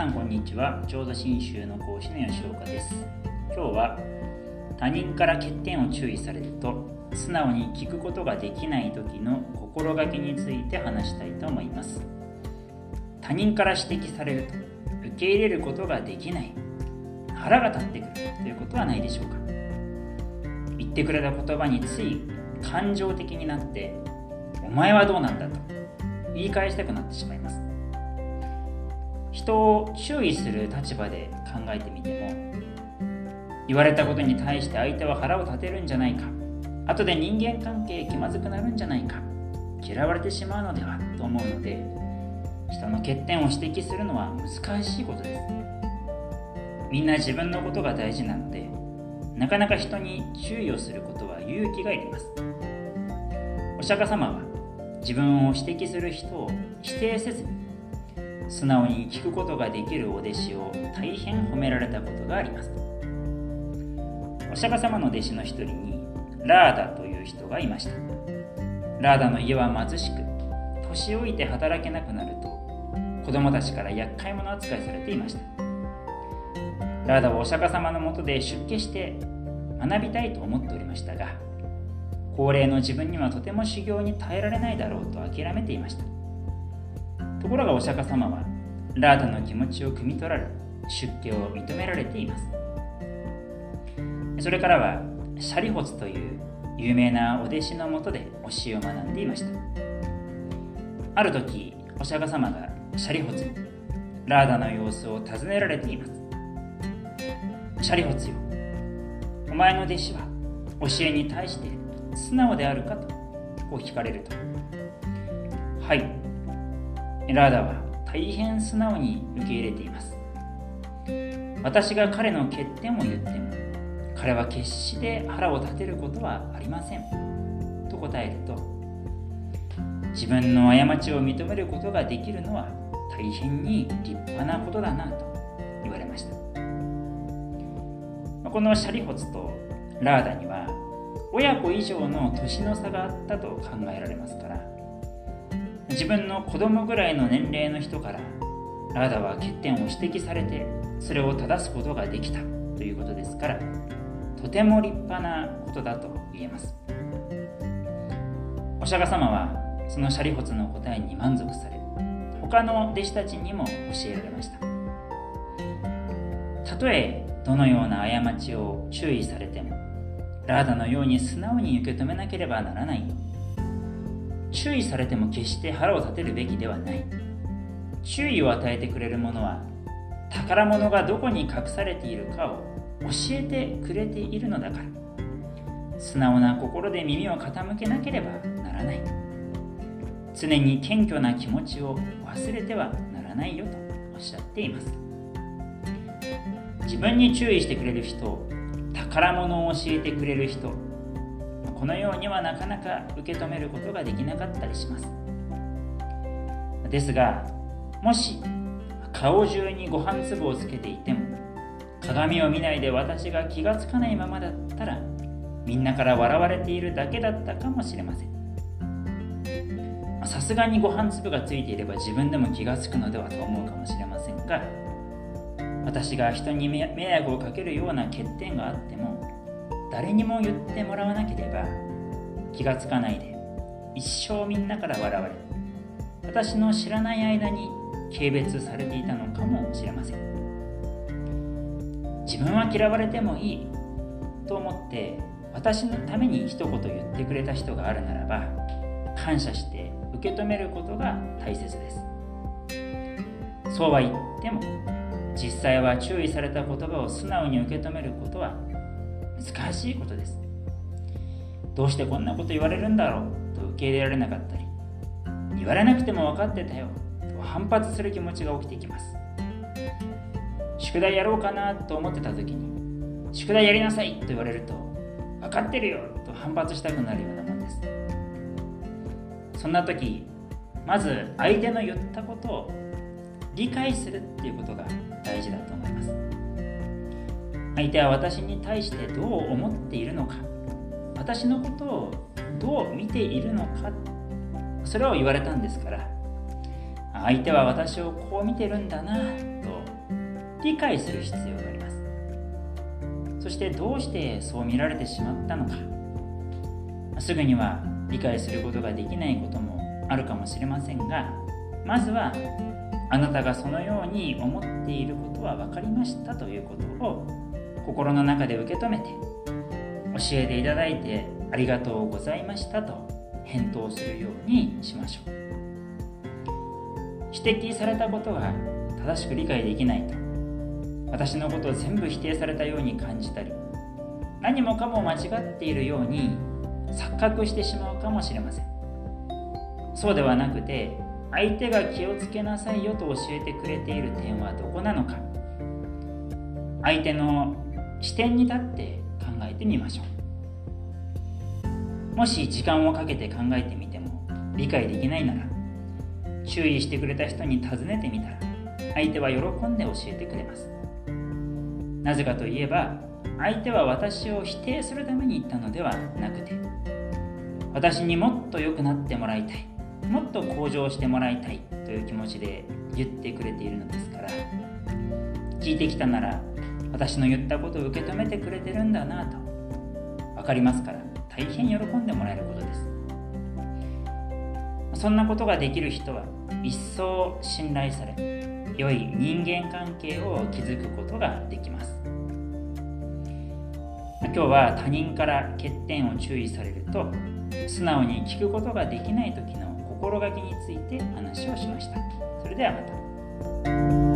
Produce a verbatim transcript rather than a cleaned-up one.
さんこんにちは。浄土真宗の講師の吉岡です。今日は他人から欠点を注意されると素直に聞くことができない時の心がけについて話したいと思います。他人から指摘されると受け入れることができない、腹が立ってくるということはないでしょうか。言ってくれた言葉につい感情的になってお前はどうなんだと言い返したくなってしまいます。人を注意する立場で考えてみても、言われたことに対して相手は腹を立てるんじゃないか、後で人間関係気まずくなるんじゃないか、嫌われてしまうのではと思うので、人の欠点を指摘するのは難しいことです。みんな自分のことが大事なので、なかなか人に注意をすることは勇気がいります。お釈迦様は自分を指摘する人を否定せずに素直に聞くことができるお弟子を大変褒められたことがあります。お釈迦様の弟子の一人にラーダという人がいました。ラーダの家は貧しく、年老いて働けなくなると子供たちから厄介者扱いされていました。ラーダはお釈迦様のもとで出家して学びたいと思っておりましたが、高齢の自分にはとても修行に耐えられないだろうと諦めていました。ところがお釈迦様はラーダの気持ちを汲み取られ、出家を認められています。それからはシャリホツという有名なお弟子のもとで教えを学んでいました。ある時、お釈迦様がシャリホツにラーダの様子を尋ねられています。シャリホツよ、お前の弟子は教えに対して素直であるかとこう聞かれると、はい、ラーダは大変素直に受け入れています。私が彼の欠点を言っても彼は決して腹を立てることはありませんと答えると、自分の過ちを認めることができるのは大変に立派なことだなと言われました。このシャリホツとラーダには親子以上の年の差があったと考えられますから、自分の子供ぐらいの年齢の人からラーダは欠点を指摘されてそれを正すことができたということですから、とても立派なことだと言えます。お釈迦様はそのシャリホツの答えに満足され、他の弟子たちにも教えられました。たとえどのような過ちを注意されても、ラーダのように素直に受け止めなければならないよ。注意されても決して腹を立てるべきではない。注意を与えてくれるものは宝物がどこに隠されているかを教えてくれているのだから、素直な心で耳を傾けなければならない。常に謙虚な気持ちを忘れてはならないよとおっしゃっています。自分に注意してくれる人、宝物を教えてくれる人、このようにはなかなか受け止めることができなかったりします。ですが、もし顔中にご飯粒をつけていても鏡を見ないで私が気がつかないままだったら、みんなから笑われているだけだったかもしれません。さすがにご飯粒がついていれば自分でも気がつくのではと思うかもしれませんが、私が人に迷惑をかけるような欠点があっても誰にも言ってもらわなければ気がつかないで一生みんなから笑われ、私の知らない間に軽蔑されていたのかもしれません。自分は嫌われてもいいと思って私のために一言言ってくれた人があるならば、感謝して受け止めることが大切です。そうは言っても実際は注意された言葉を素直に受け止めることは難しいことです。どうしてこんなこと言われるんだろうと受け入れられなかったり、言われなくても分かってたよと反発する気持ちが起きてきます。宿題やろうかなと思ってた時に、宿題やりなさいと言われると、分かってるよと反発したくなるようなもんです。そんな時、まず相手の言ったことを理解するっていうことが大事だと思います。相手は私に対してどう思っているのか、私のことをどう見ているのか、それを言われたんですから、相手は私をこう見てるんだなと理解する必要があります。そしてどうしてそう見られてしまったのか、すぐには理解することができないこともあるかもしれませんが、まずはあなたがそのように思っていることは分かりましたということを心の中で受け止めて、教えていただいてありがとうございましたと返答するようにしましょう。指摘されたことが正しく理解できないと、私のことを全部否定されたように感じたり、何もかも間違っているように錯覚してしまうかもしれません。そうではなくて、相手が気をつけなさいよと教えてくれている点はどこなのか、相手の視点に立って考えてみましょう。もし時間をかけて考えてみても理解できないなら、注意してくれた人に尋ねてみたら、相手は喜んで教えてくれます。なぜかといえば、相手は私を否定するために言ったのではなくて、私にもっと良くなってもらいたい、もっと向上してもらいたいという気持ちで言ってくれているのですから、聞いてきたなら私の言ったことを受け止めてくれてるんだなと分かりますから、大変喜んでもらえることです。そんなことができる人は一層信頼され、良い人間関係を築くことができます。今日は他人から欠点を注意されると素直に聞くことができない時の心がけについて話をしました。それではまた。